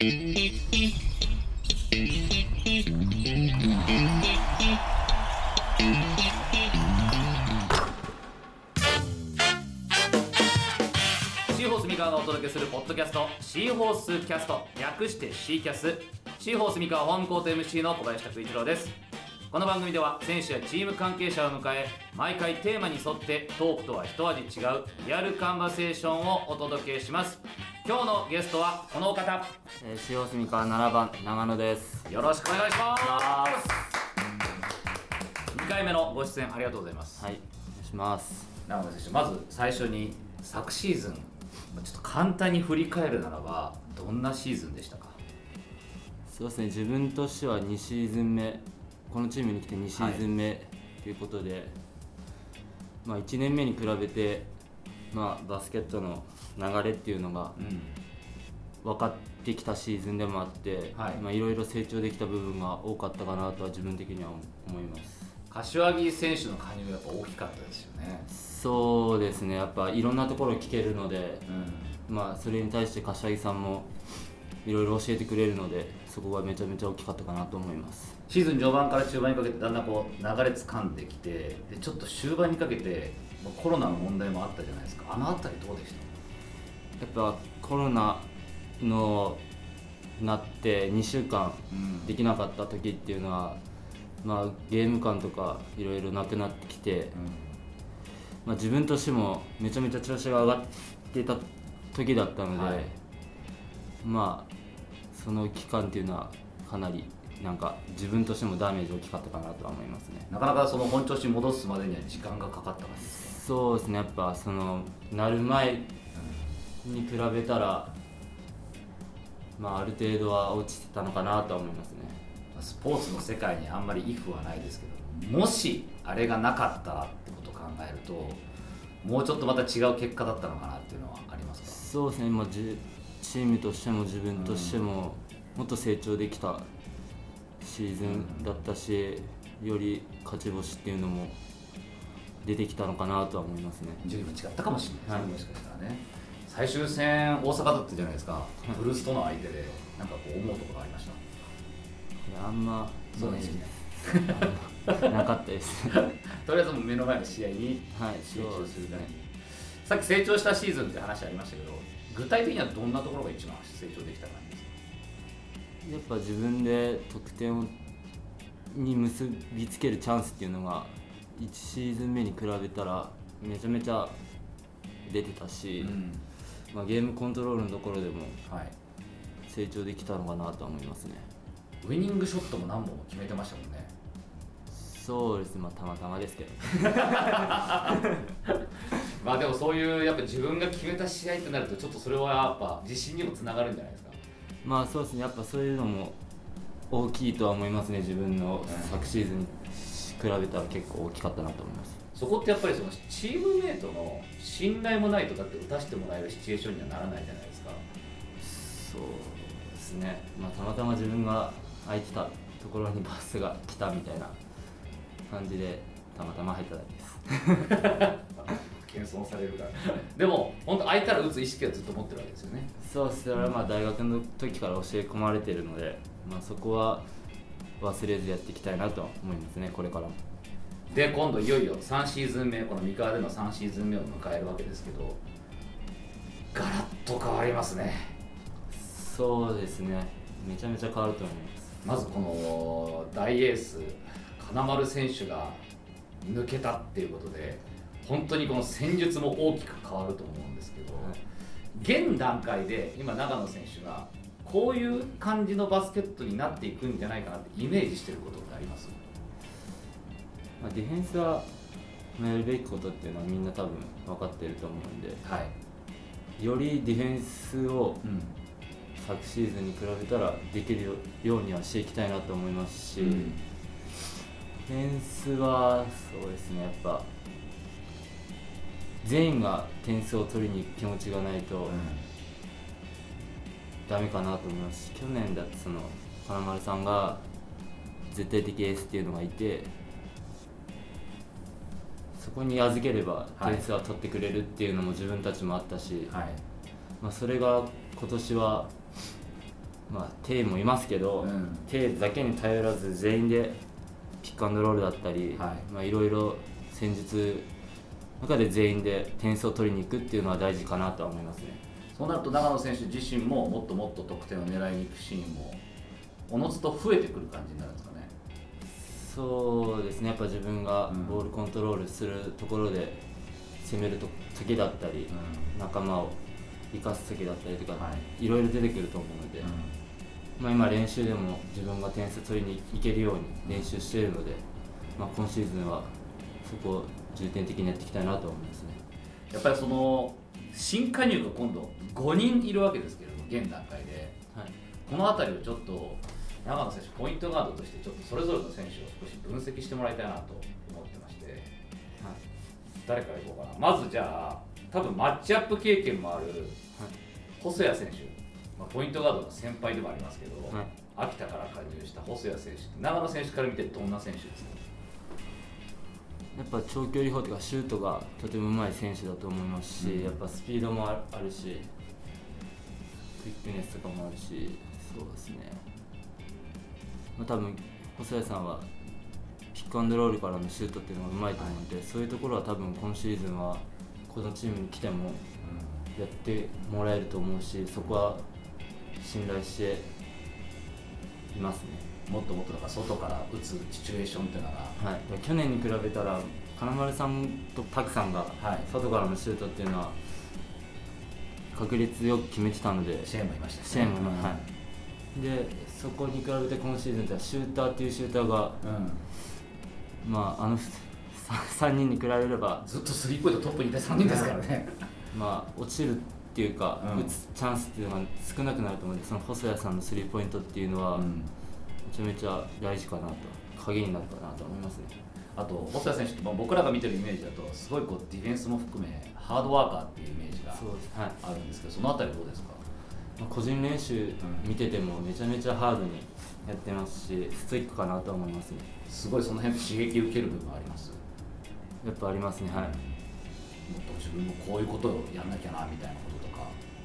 シーホース三河がお届けするポッドキャスト、シーホースキャスト、略してシーキャス。シーホース三河ホームコート MC の小林拓一郎です。この番組では選手やチーム関係者を迎え、毎回テーマに沿ってトークとは一味違うリアルカンバセーションをお届けします。今日のゲストはこのお方、 シーホース三河7番長野です。 よろしくお願いします。2回目のご出演ありがとうございます。 はい、お願いします。 長野選手、まず最初に昨シーズン、ちょっと簡単に振り返るならばどんなシーズンでしたか？ そうですね、自分としては2シーズン目、このチームに来て2シーズン目ということで、1年目に比べて、バスケットの流れっていうのが分かってきたシーズンでもあって、いろいろ成長できた部分が多かったかなとは自分的には思います。 柏木選手の加入はやっぱ大きかったですよね。 そうですね、やっぱいろんなところ聞けるので、それに対して柏木さんもいろいろ教えてくれるので、そこがめちゃめちゃ大きかったかなと思います。 シーズン序盤から中盤にかけてだんだんこう流れ掴んできて、でちょっと終盤にかけてコロナの問題もあったじゃないですか。あのあたりどうでした？ やっぱコロナのなって2週間できなかった時っていうのは、ゲーム感とかいろいろなくなってきて、自分としてもめちゃめちゃ調子が上がってた時だったので、その期間っていうのはかなり自分としてもダメージ大きかったかなとは思いますね。 なかなかその本調子に戻すまでには時間がかかったんですか？ そうですね、やっぱそのなる前に比べたら、ある程度は落ちてたのかなとは思いますね。 スポーツの世界にあんまりイフはないですけど、もしあれがなかったらってことを考えると、もうちょっとまた違う結果だったのかなっていうのはありますか？ そうですね、チームとしても自分としてももっと成長できたシーズンだったし、より勝ち星っていうのも出てきたのかなとは思いますね。 順位も違ったかもしれないですね、もしかしたらね。最終戦大阪だったじゃないですか、ブルースとの相手でなんかこう思うところありました？ あんまそうですねなかったですとりあえず目の前の試合に集中するために、さっき成長したシーズンって話ありましたけど、具体的にはどんなところが一番成長できた感じですか？ やっぱ自分で得点に結びつけるチャンスっていうのが1シーズン目に比べたらめちゃめちゃ出てたし、ゲームコントロールのところでも成長できたのかなとは思いますね。 ウイニングショットも何本も決めてましたもんね。 そうです、たまたまですけどでもそういうやっぱ自分が決めた試合となると、ちょっとそれはやっぱ自信にもつながるんじゃないですか？ そうですね、やっぱそういうのも大きいとは思いますね。自分の昨シーズンに比べたら結構大きかったなと思います。 そこってやっぱりそのチームメイトの信頼もないとだって打たせてもらえるシチュエーションにはならないじゃないですか。 そうですね、たまたま自分が空いてたところにパスが来たみたいな感じでたまたま入っただけです謙遜されるからでも本当空いたら打つ意識はずっと持ってるわけですよね。 そうです、それは大学の時から教え込まれているので、そこは忘れずやっていきたいなと思いますね、これからも。 で今度いよいよ3シーズン目、この三河での3シーズン目を迎えるわけですけど、ガラッと変わりますね。 そうですね、めちゃめちゃ変わると思います。 まずこの大エース金丸選手が抜けたっていうことで、本当にこの戦術も大きく変わると思うんですけど、現段階で今長野選手がこういう感じのバスケットになっていくんじゃないかなってイメージしてることってあります？ ディフェンスはやるべきことっていうのはみんな多分分かってると思うんで、よりディフェンスを昨シーズンに比べたらできるようにはしていきたいなと思いますし、ディフェンスはそうですね、やっぱ全員が点数を取りに行く気持ちがないとダメかなと思いますし、去年だってその金丸さんが絶対的エースっていうのがいて、そこに預ければ点数は取ってくれるっていうのも自分たちもあったし、それが今年はテイもいますけど、テイだけに頼らず全員でピックアンドロールだったり、いろいろ戦術の中で全員で点数を取りに行くっていうのは大事かなとは思いますね。 そうなると長野選手自身ももっともっと得点を狙いに行くシーンもおのずと増えてくる感じになるんですかね。 そうですね、やっぱ自分がボールコントロールするところで攻める時だったり、仲間を生かす時だったりとか、いろいろ出てくると思うので、今練習でも自分が点数取りに行けるように練習しているので、今シーズンはそこを重点的にやっていきたいなと思いますね。 やっぱりその新加入が今度5人いるわけですけれども、現段階で、この辺りをちょっと長野選手ポイントガードとしてちょっとそれぞれの選手を少し分析してもらいたいなと思ってまして、誰からいこうかな。まずじゃあ多分マッチアップ経験もある細谷選手、ポイントガードの先輩でもありますけど、秋田から加入した細谷選手、長野選手から見てどんな選手ですか？ やっぱ長距離砲というかシュートがとてもうまい選手だと思いますし、やっぱスピードもあるし、クイックネスとかもあるし、そうですね、多分細谷さんはピックアンドロールからのシュートっていうのがうまいと思うので、そういうところは多分今シーズンはこのチームに来てもやってもらえると思うし、そこは信頼していますね。 もっともっとだから外から打つシチュエーションっていうのが、 去年に比べたら金丸さんと拓さんが外からのシュートっていうのは確率よく決めてたので、 シェーンもいましたし、 シェーンも、でそこに比べて今シーズンではシューターっていうシューターが、あの3人に比べればずっとスリーポイントトップにいた3人ですからね落ちるっていうか、打つチャンスっていうのが少なくなると思うので、その細谷さんのスリーポイントっていうのは、めちゃめちゃ大事かなと、鍵になるかなと思いますね。 あと細谷選手って、僕らが見てるイメージだとすごいこうディフェンスも含めハードワーカーっていうイメージがあるんですけど、そのあたりどうですか？ 個人練習見ててもめちゃめちゃハードにやってますし、ストイックかなと思いますね。 すごいその辺刺激受ける部分あります？ やっぱありますね。もっと自分もこういうことをやんなきゃなみたいなこととか。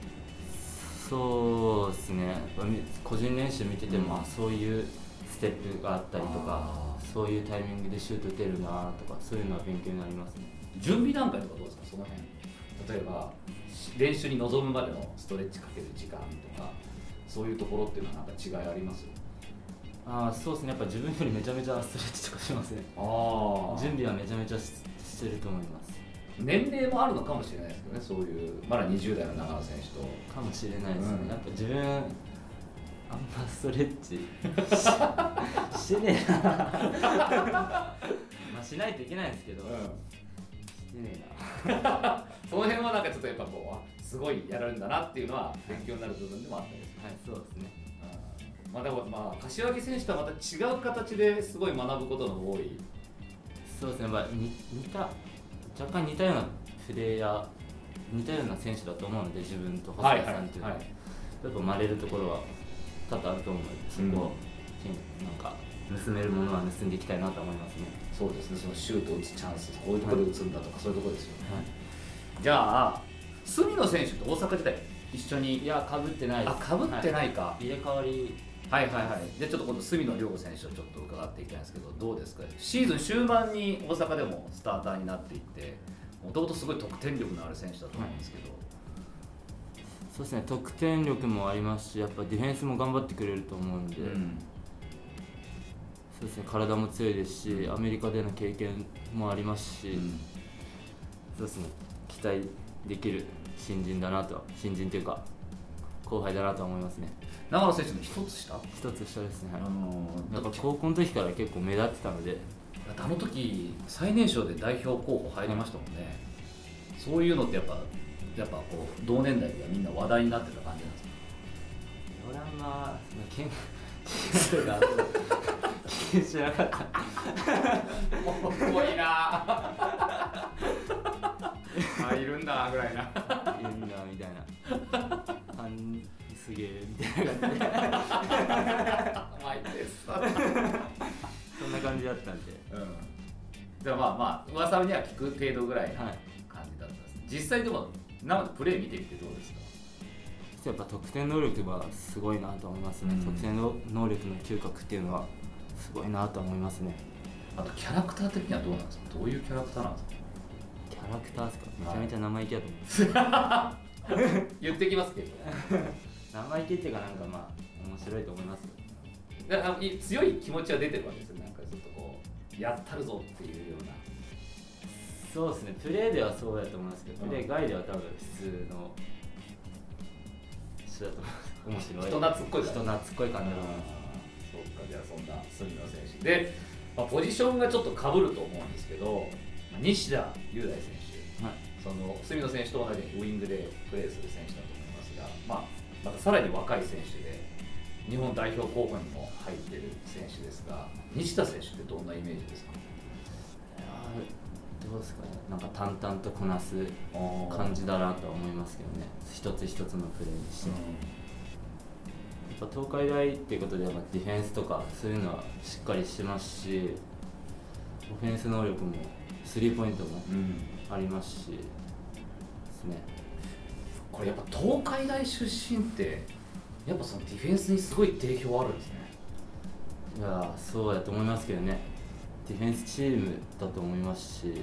そうですね、個人練習見てても、そういうステップがあったりとか、そういうタイミングでシュート打てるなとか、そういうのは勉強になりますね。 準備段階とかどうですか？その辺、例えば練習に臨むまでのストレッチかける時間とか、そういうところっていうのはなんか違いあります？ そうですね、やっぱ自分よりめちゃめちゃストレッチとかしますね。準備はめちゃめちゃしてると思います。 年齢もあるのかもしれないですけどね、そういうまだ20代の長野選手と。 かもしれないですね。やっぱ自分あんまストレッチしてねえなしないといけないんですけど、してねえなその辺はなんかちょっとやっぱこうすごいやられるんだなっていうのは勉強になる部分でもあったりですね。 そうですね。 でも柏木選手とはまた違う形ですごい学ぶことの多い。 そうですね、若干似たようなプレーヤー、似たような選手だと思うので、自分と細谷さんっていうのは、やっぱ真似るところは多々あると思うので、そこをなんか盗めるものは盗んでいきたいなと思いますね。 そうですね、そのシュートを打つチャンス、こういうところで打つんだとか、そういうところですよね。じゃあ隅野選手と大阪時代一緒に。 いや、かぶってないです。 かぶってないか、 入れ替わり。 じゃあちょっと今度隅野遼選手をちょっと伺っていきたいんですけど、どうですか？シーズン終盤に大阪でもスターターになっていって、もともとすごい得点力のある選手だと思うんですけど。 そうですね、得点力もありますし、やっぱディフェンスも頑張ってくれると思うので、そうですね、体も強いですし、アメリカでの経験もありますし、そうですね、期待できる新人というか後輩だなと思いますね。 長野選手の一つ下ですね。やっぱ高校の時から結構目立ってたので、 あの時最年少で代表候補入りましたもんね。そういうのってやっぱこう同年代ではみんな話題になってた感じなんですか？ 俺は研究が気にしなかった重いないるんだぐらいな、 いるんだみたいな、すげえみたいな感じで甘いですそんな感じだったんで、 じゃあ噂には聞く程度ぐらいの感じだったんです。実際でも生でプレー見てみてどうですか？ やっぱ得点能力はすごいなと思いますね、得点の能力の嗅覚っていうのはすごいなと思いますね。 あとキャラクター的にはどうなんですか？どういうキャラクターなんですか？ キャラクターですか？めちゃめちゃ生意気だと思います、 言ってきますけど生意気っていうかなんかまあ面白いと思いますよ。 だから強い気持ちは出てるわけですよ。なんかちょっとこうやったるぞっていうような。 そうですね、プレーではそうだと思いますけど、プレー外では多分普通の人だと思います。面白い人懐っこい人懐っこい感じだと思います。 そうか、じゃあそんな隅野選手で、ポジションがちょっと被ると思うんですけど、西田優大選手、 はい、 その隅野選手と同じウイングでプレーする選手だと思いますが、またさらに若い選手で日本代表候補にも入っている選手ですが、西田選手ってどんなイメージですか？ どうですかね、なんか淡々とこなす感じだなとは思いますけどね、一つ一つのプレーにして、やっぱ東海大っていうことでディフェンスとかそういうのはしっかりしてますし、オフェンス能力もスリーポイントもありますしですね。 これやっぱ東海大出身ってやっぱそのディフェンスにすごい定評あるんですね。 いやそうやと思いますけどね、ディフェンスチームだと思いますし、め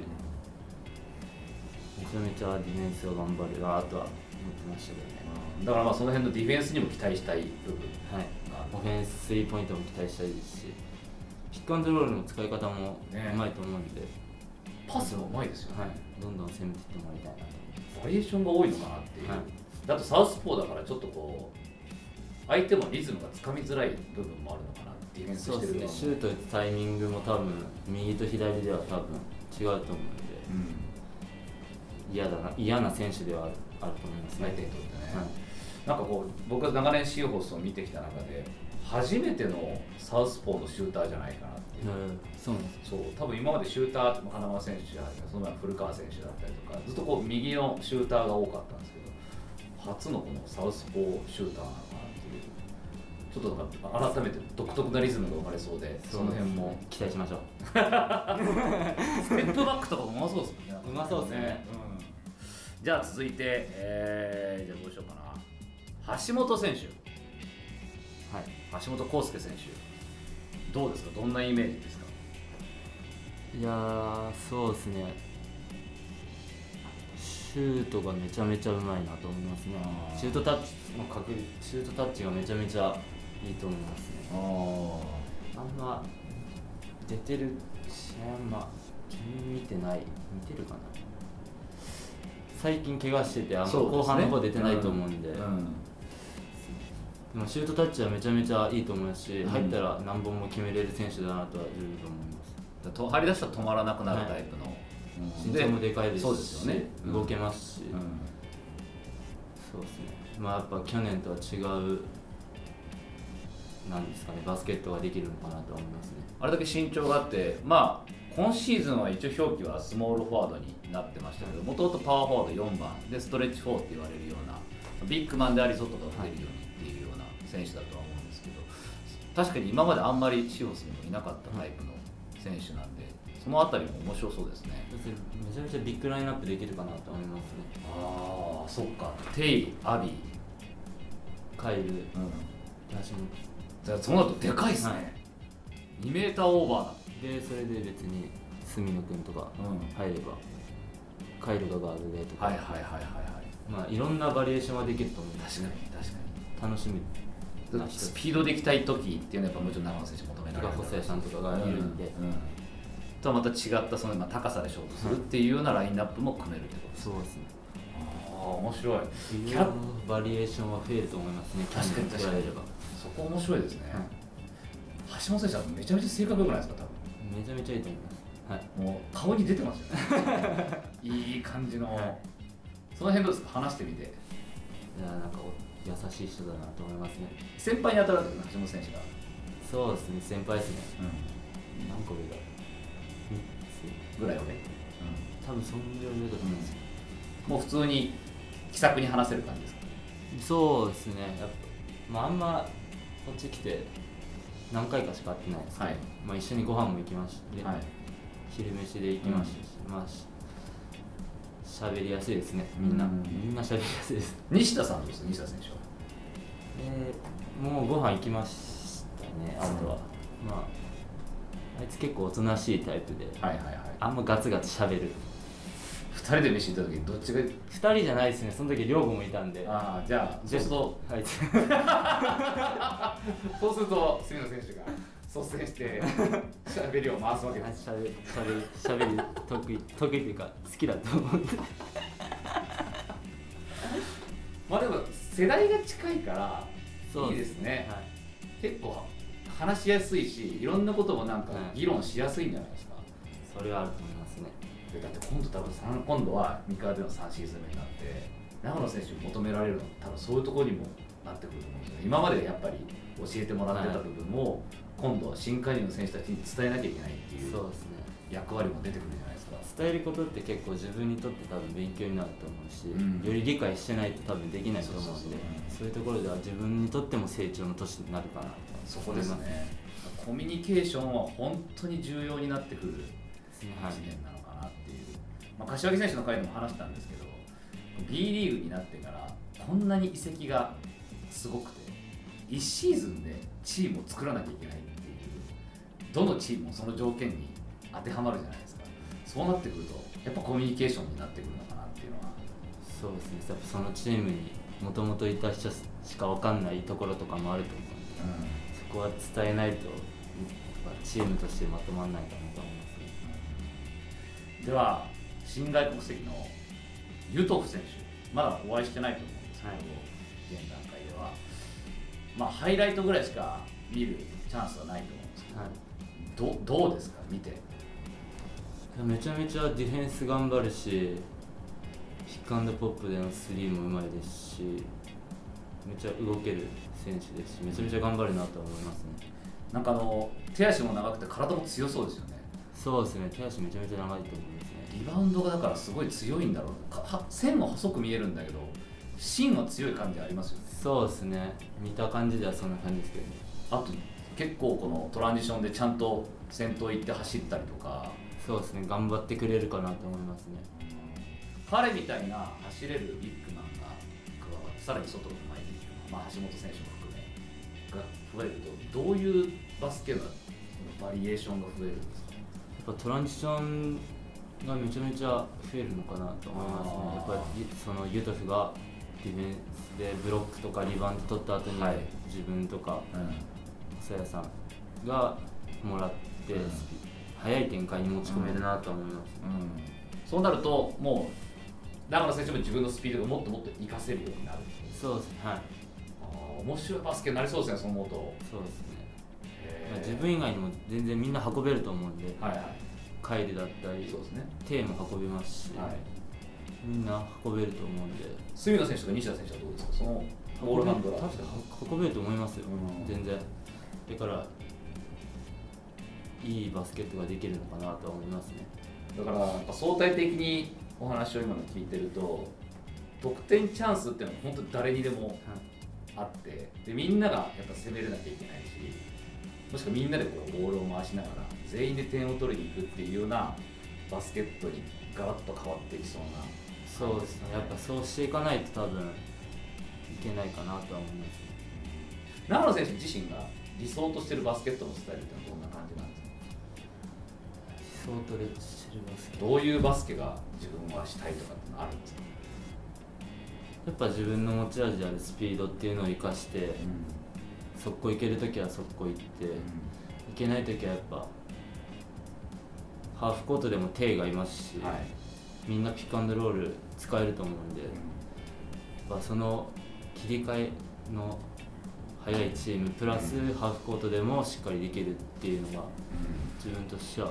ちゃめちゃディフェンスを頑張るなとは思ってましたけどね。 だからまあその辺のディフェンスにも期待したい部分、 はい、オフェンススリーポイントも期待したいですし、ピックアンドロールの使い方もうまいと思うんで、 パスもうまいですよね、 はい、どんどん攻めていってもらいたいなと思います。 バリエーションが多いのかなっていう、はい、だとサウスポーだからちょっとこう相手もリズムがつかみづらい部分もあるのかな、ディフェンスしてる側も。 シュート打つタイミングも多分右と左では多分違うと思うので、嫌な選手ではあると思いますね、 相手にとってね、 はい、 なんかこう僕が長年シーホースを見てきた中で初めてのサウスポーのシューターじゃないかなっていう、 そうなんです。 そう、多分今までシューター、花間選手やその前古川選手だったりとかずっとこう右のシューターが多かったんですけど、初のこのサウスポーシューターなのかなっていう、ちょっとなんか改めて独特なリズムが生まれそうで、その辺も期待しましょう。 ステップバックとかもうまそうですもんね。 うまそうですね、 じゃあ続いて、じゃあどうしようかな、橋本選手、はい、橋本康介選手、どうですか、どんなイメージですか？ いやー、そうですね、シュートがめちゃめちゃうまいなと思いますね。シュートタッチがめちゃめちゃいいと思いますね。あんま出てる試合見てるかな、最近怪我しててあんま後半の方出てないと思うんで、でもシュートタッチはめちゃめちゃいいと思いますし、入ったら何本も決めれる選手だなとは十分思います。 入り出したら止まらなくなるタイプの、 身長もでかいですし、 そうですよね、 動けますし、そうですね、やっぱ去年とは違うなんですかね、バスケットができるのかなと思いますね。 あれだけ身長があって、今シーズンは一応表記はスモールフォワードになってましたけど、もともとパワーフォワード4番でストレッチ4って言われるようなビッグマンであり外が打てるようにっていうような選手だとは思うんですけど、確かに今まであんまりシオスにもいなかったタイプの選手なんで、そのあたりも面白そうですね。 めちゃめちゃビッグラインナップできるかなと思いますね。 ああ、そっか。テイ、アビー、 カイル、橋本。 じゃあその後でかいですね、はい、2メーターオーバーで、それで別に隅野君とか入れば、カイルがガードでとか、いろんなバリエーションはできると思いますね。 確かに楽しみな人、 スピードでいきたい時っていうのはやっぱもちろん長野選手求められる、 細谷さんとかがいるんで、 とはまた違ったその高さで勝負するっていうようなラインナップも組めるってことですね。 そうですね。 面白い。 バリエーションは増えると思いますね。 確かに確かに。そこ面白いですね。橋本選手はめちゃめちゃ性格良くないですか？多分。 めちゃめちゃいいと思います。はい。 もう顔に出てますよね。いい感じの。その辺どうですか？話してみて。 いや、なんか優しい人だなと思いますね。 先輩に当たるわけですね、橋本選手が。 そうですね、先輩ですね。何個上だ？ ぐらいはね。 多分そんぐらい上だと思います。 もう普通に気さくに話せる感じですか？ そうですね。やっぱあんまこっち来て何回かしか会ってないですけど、一緒にご飯も行きました、昼飯で行きましたし、喋りやすいですね。みんな喋りやすいです。 西田さんどうですか？西田選手はもうご飯行きましたね。あとはまああいつ結構おとなしいタイプで、 はいはいはい、 あんまガツガツしゃべる。 2人で飯行った時にどっちが 2人じゃないですね。その時寮母もいたんで。 ああ、じゃあそうするとあいつそうすると杉野選手が率先して喋りを回すわけです。 しゃべり得意っていうか好きだと思うんでまあでも世代が近いからいいですね。 はい、 結構話しやすいし、いろんなこともなんか議論しやすいんじゃないですか。 それはあると思いますね。 でだって今度は三河での3シーズン目になって長野選手に求められるのは多分そういうところにもなってくると思うんですよね。今までやっぱり教えてもらってた部分も、今度は新加入の選手たちに伝えなきゃいけないっていう役割も出てくるじゃないですか。 伝えることって結構自分にとって多分勉強になると思うし、より理解してないと多分できないと思うので、そういうところでは自分にとっても成長の年になるかなと。 そこですね。コミュニケーションは本当に重要になってくる1年なのかなっていう、柏木選手の回でも話したんですけど、 B リーグになってからこんなに移籍がすごくて1シーズンでチームを作らなきゃいけないっていう、どのチームもその条件に当てはまるじゃないですか。そうなってくるとやっぱコミュニケーションになってくるのかなっていうのは。 そうですね。やっぱそのチームにもともといた人しか分かんないところとかもあると思うので、そこは伝えないとチームとしてまとまらないかなと思いますね。 では新外国籍のユトフ選手、まだお会いしてないと思うんですけど、現段階では、ハイライトぐらいしか見るチャンスはないと思うんですけど、どうですか見て。 めちゃめちゃディフェンス頑張るし、ピックアンドポップでのスリーもうまいですし、めっちゃ動ける選手ですし、めちゃめちゃ頑張るなと思いますね。 なんか手足も長くて体も強そうですよね。 そうですね。手足めちゃめちゃ長いと思いますね。 リバウンドがだからすごい強いんだろう。線も細く見えるんだけど芯は強い感じありますよね。 そうですね。見た感じではそんな感じですけどね。 あと結構このトランジションでちゃんと先頭行って走ったりとか。 そうですね。頑張ってくれるかなと思いますね。 彼みたいな走れるビッグマンが加わって、さらに外の前にビッグマン、橋本選手も含めが増えると、どういうバスケのバリエーションが増えるんですか。 やっぱトランジションがめちゃめちゃ増えるのかなと思いますね。やっぱりそのユトフがディフェンスでブロックとかリバウンド取った後に自分とか細谷さんがもらって速い展開に持ち込めるなと思います。 そうなるともう長野選手も自分のスピードがもっともっと活かせるようになる。 そうですね。はい。 面白いバスケになりそうですね。そう思うと。 そうですね。自分以外にも全然みんな運べると思うんで、カイルだったり、テイも運べますし、みんな運べると思うんで。 隅野選手と西田選手はどうですか。そのボールハンドラー運べると思いますよ。全然。だからいいバスケットができるのかなと思いますね。 だからやっぱ相対的にお話を今の聞いてると、得点チャンスっていうのは本当に誰にでもあって、でみんながやっぱ攻めれなきゃいけないし、もしくはみんなでこうボールを回しながら全員で点を取りに行くっていうようなバスケットにガラッと変わっていきそうな。 そうですね。やっぱそうしていかないと多分いけないかなとは思いますね。 長野選手自身が理想としてるバスケットのスタイルってどんな感じなんですか。 理想としてるバスケ、 どういうバスケが自分はしたいとかってのあるんですか。 やっぱ自分の持ち味であるスピードっていうのを生かして、速攻行けるときは速攻行って、行けないときはやっぱハーフコートでもテイがいますし、みんなピックアンドロール使えると思うんで、やっぱその切り替えの速いチームプラスハーフコートでもしっかりできるっていうのが自分としては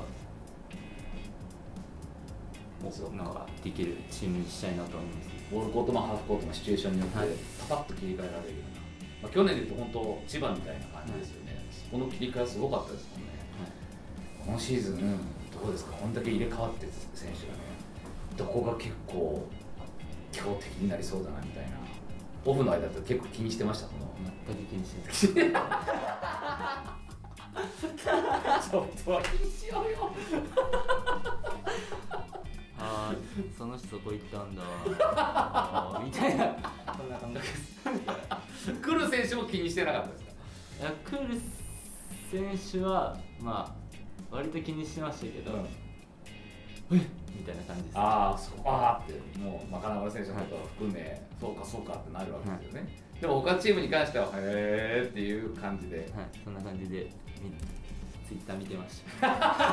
なんかできるチームにしたいなと思います。 ボールコートもハーフコートのシチュエーションによってパパッと切り替えられるような、去年でいうと本当千葉みたいな感じですよね。そこの切り替えはすごかったですもんね。今シーズンどうですか。こんだけ入れ替わってる選手がね、どこが結構強敵になりそうだなみたいな。オフの間だと結構気にしてました。 全く気にしてない。 ちょっとは気にしようよ。 ああ、その人そこ行ったんだみたいな、そんな感覚です。 来る選手も気にしてなかったですか？ いやクール選手はまあ割と気にしてましたけど、みたいな感じです、ね、 ああってもう金村選手のことを含め、そうかそうかってなるわけですよね、でも他チームに関してはへーっていう感じで、 はい、そんな感じでツイッター見てました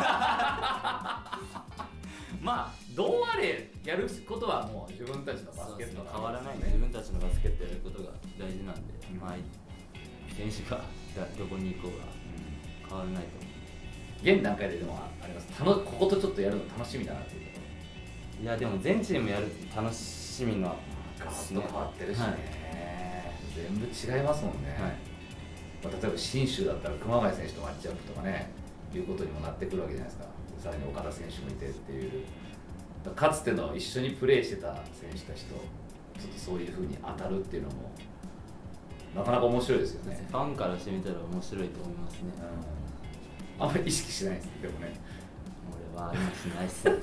まあどうあれやることはもう自分たちのバスケット変わらないんで、自分たちのバスケットやることが大事なんで、まあ、選手がどこに行こうが変わらないと思う。 現段階ででもあります。こことちょっとやるの楽しみだなっていうところ。いやでも全チームやると楽しみなガラッと変わってるしね、はい、全部違いますもんね、はい、まあ、例えば信州だったら熊谷選手とマッチアップとかねいうことにもなってくるわけじゃないですか。さらに岡田選手もいてっていう、かつての一緒にプレーしてた選手たちとちょっとそういう風に当たるっていうのもなかなか面白いですよね。 ファンからしてみたら面白いと思いますね、 あんまり意識しないですね。でもね俺は今しないっす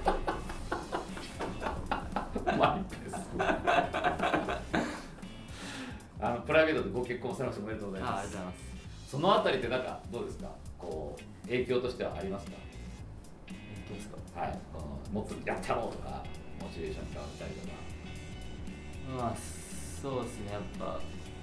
マイペースプライベートでご結婚されましておめでとうございます。 ありがとうございます。 そのあたりってなんかどうですか、こう影響としてはありますか？ 影響ですか？ はい、もっとやってやろうとかモチベーション変わったりとか。 まあそうですね、やっぱ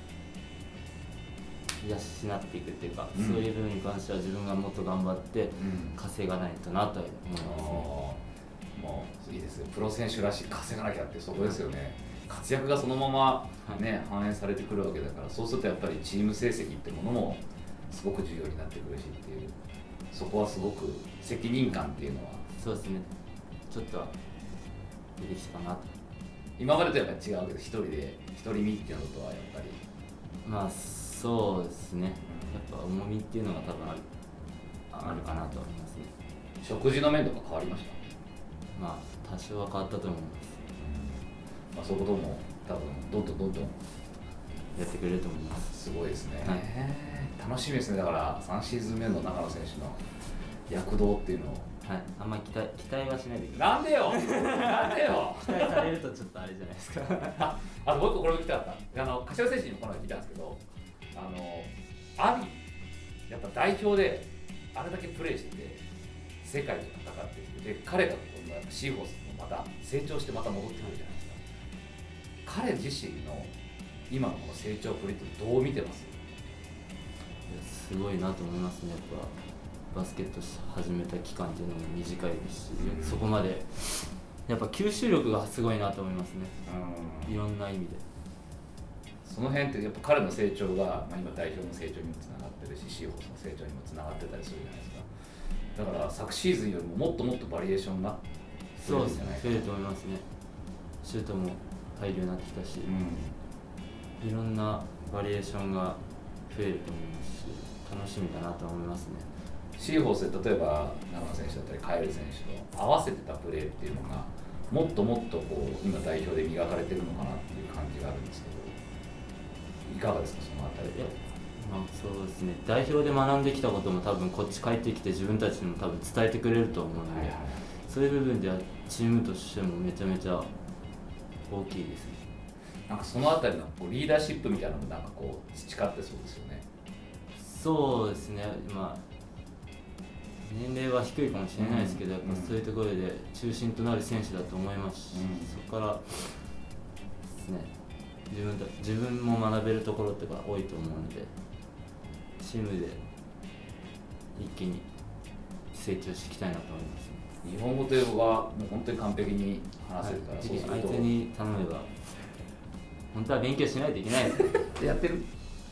養っていくっていうか、そういう部分に関しては自分がもっと頑張って稼がないとなと思いますね。 もういいですよ、プロ選手らしい稼がなきゃってそこですよね。活躍がそのまま、ね、反映されてくるわけだから、そうするとやっぱりチーム成績ってものもすごく重要になってくるしっていう、そこはすごく責任感っていうのはそうですね、ちょっとは出てきたかなと。 今までとやっぱり違うわけです。一人身っていうのとはやっぱりまあそうですね、やっぱ重みっていうのが多分あるかなと思いますね。 食事の面とか変わりました？ まあ多少は変わったと思います。 まあ、そういうことも多分どんどんやってくれると思います。 すごいですね、 はい、 楽しみですね。だから3シーズン目の長野選手の躍動っていうのを、 はい、あんまり期待はしないでください。なんでよなんでよ期待されるとちょっとあれじゃないですかあともう一個これも聞きたかった。柏選手にもこの前聞いたんですけど、アビやっぱ代表であれだけプレーしてて世界と戦ってきて、で彼が今度はシーホースもまた成長してまた戻ってくるじゃないですか。彼自身の今のこの成長ぶりってどう見てます？ すごいなと思いますね。やっぱバスケット始めた期間っていうのも短いですし、そこまでやっぱ吸収力がすごいなと思いますね、いろんな意味で。 その辺ってやっぱ彼の成長が、今代表の成長にもつながってるし、シーホースの成長にもつながってたりするじゃないですか。だから昨シーズンよりももっともっとバリエーションが増えるんじゃないか。 増えると思いますね。シュートも入るようになってきたし、いろんなバリエーションが増えると思いますし、楽しみだなと思いますね。 シーホースで例えば長野選手だったりカエル選手と合わせてたプレーっていうのがもっともっとこう今代表で磨かれてるのかなっていう感じがあるんですけど、いかがですか、そのあたりで。 まあ、そうですね、代表で学んできたことも多分こっち帰ってきて自分たちにも多分伝えてくれると思うので、そういう部分ではチームとしてもめちゃめちゃ大きいですね。 なんかそのあたりのこうリーダーシップみたいなのもなんかこう培ってそうですよね。 そうですね、まあ年齢は低いかもしれないですけど、やっぱそういうところで中心となる選手だと思いますし、そこからですね、自分も学べるところとか多いと思うので、チームで一気に成長していきたいなと思いますね。 日本語と英語がもう本当に完璧に話せるから、そうすると相手に頼めば本当は勉強しないといけないですねやってる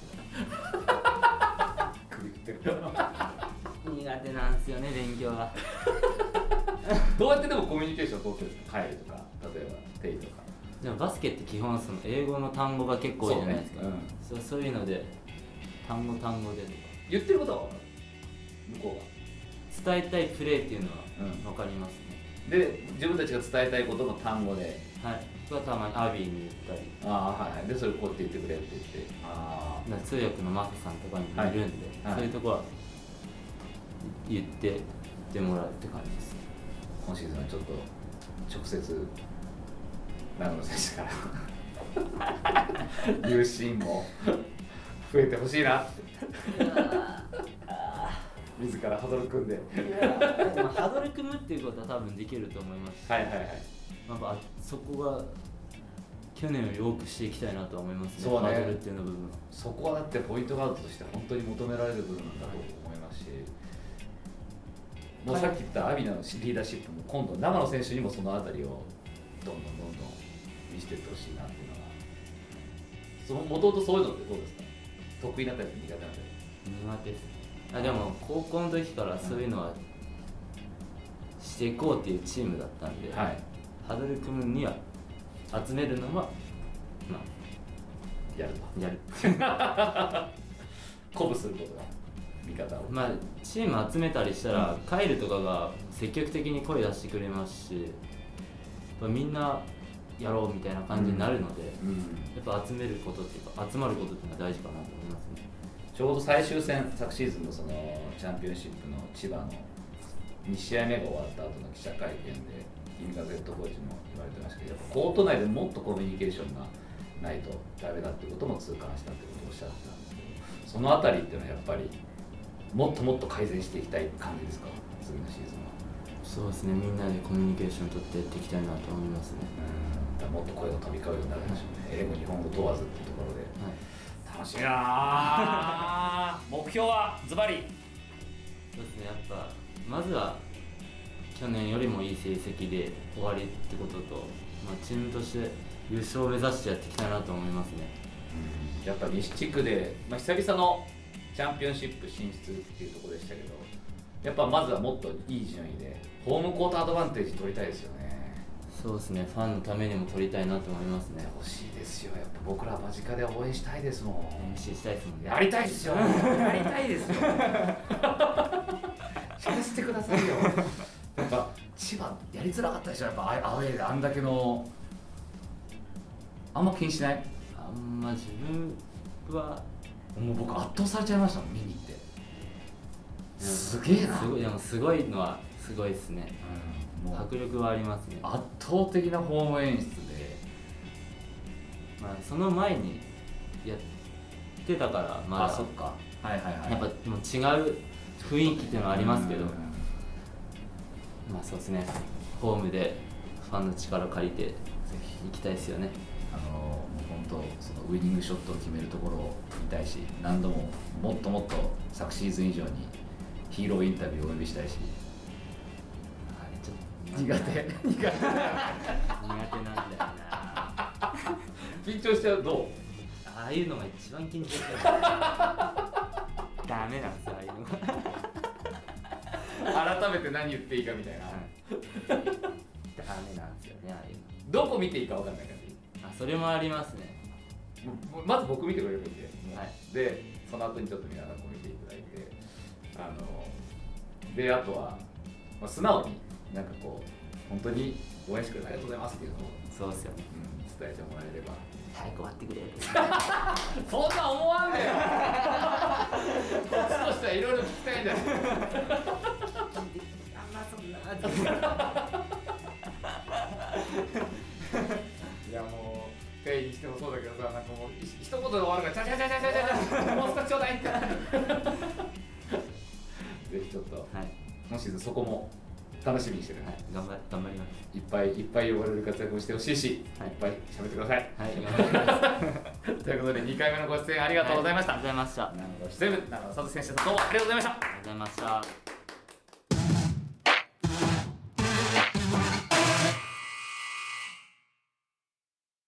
首振ってる苦手なんですよね、勉強がどうやってでもコミュニケーションを取ってるんですか？帰るとか、例えばテイとか。 でもバスケって基本その英語の単語が結構多いじゃないですか。そういうので単語でとか言ってることは分かる、向こうが伝えたいプレーっていうのは分かりますね、 で自分たちが伝えたいことの単語で、 はい、僕はたまにアビーに言ったり、 でそれこうやって言ってくれって言って、 通訳のマサさんとかにもいるんで、そういうとこは言ってもらうって感じです。 今シーズンはちょっと直接長野選手から言うシーンも増えてほしいなって自らハドル組んででもハドル組むっていうことは多分できると思いますし、 はいはいはい、 なんかそこが去年より多くしていきたいなとは思いますね。 そうね、 ハドルっていうの部分はそこはだってポイントガードとして本当に求められる部分なんだと思いますし、もうさっき言ったアビナのリーダーシップも今度長野選手にもそのあたりをどんどん見せていってほしいなっていうのが、もともとそういうのってどうですか、得意なタイプ、苦手なタイ苦手ですね。でも高校の時からそういうのはしていこうっていうチームだったんで、 プ、はい、 ハドル組むには集めるのはまあやるとやる鼓舞することが味方を、 まあチーム集めたりしたら、カイルとかが積極的に声出してくれますし、やっぱみんなやろうみたいな感じになるので、やっぱ集めることっていうか集まることっていうのは大事かなと思いますね。 ちょうど最終戦、昨シーズンのそのチャンピオンシップの千葉の2試合目が終わった後の記者会見で、君がヘッドコーチも言われてましたけど、やっぱコート内でもっとコミュニケーションがないとダメだっていうことも痛感したってことをおっしゃってたんですけど、そのあたりっていうのはやっぱりもっともっと改善していきたい感じですか、次のシーズンは。 そうですね、みんなでコミュニケーション取ってやっていきたいなと思いますね。 だからもっと声が飛び交うようになるでしょうね、英語、日本語問わずっていうところで、 はい、 楽しみだな目標はズバリ。 そうですね、やっぱまずは去年よりもいい成績で終わりってことと、チームとして優勝を目指してやっていきたいなと思いますね。 やっぱ西地区で、久々のチャンピオンシップ進出っていうところでしたけど、やっぱまずはもっといい順位でホームコートアドバンテージ取りたいですよね。 そうですね、ファンのためにも取りたいなと思いますね。 欲しいですよ、やっぱ僕ら間近で応援したいですもん。 MC したいですもんね。 やりたいですよやりたいですよ聞かせてくださいよやっぱ千葉やりづらかったでしょ、やっぱアウェーであんだけの、あんま気にしない？ あんま自分はもう僕圧倒されちゃいましたもん、見に行って。すげえな。 でもすごいのはすごいですね、もう迫力はありますね。 圧倒的なホーム演出で、 その前にやってたからまだ、 あ、そっか、はいはいはい、 やっぱでも違う雰囲気っていうのはありますけど、そうですね、ホームでファンの力を借りてぜひ行きたいですよね。 もう本当そのウイニングショットを決めるところを見たいし、何度ももっともっと昨シーズン以上にヒーローインタビューをお呼びしたいし。 ちょっと苦手苦手なんだよな緊張しちゃう。どう？ ああいうのが一番緊張しちゃうダメなんですよ、ああいうのが改めて何言っていいかみたいな、 ダメなんですよね、ああいうの。 どこ見ていいか分かんない感じ。 それもありますね。 まず僕見てくれるんで、 はい、 でその後にちょっと皆さんこう見ていただいて、であとは、素直になんかこう本当に応援してくれてありがとうございますっていうのをそうですよね、 伝えてもらえれば。 早く終わってくれそんな思わんねよこっちとしてはいろいろ聞きたいんだよそんないやもう定義にしてもそうだけどさ、なんかもう一言で終わるからチャチャチャチャチャチャもう少しちょうだいってぜひちょっと、はい、今シーズンそこも楽しみにしてる、 はい、頑張ります。 いっぱいいっぱい呼ばれる活躍をしてほしいし、はい、いっぱい喋ってください。 はい、頑張りますということで2回目のご出演ありがとうございました。 ありがとうございました。 長野選手、どうもありがとうございました。 ありがとうございました。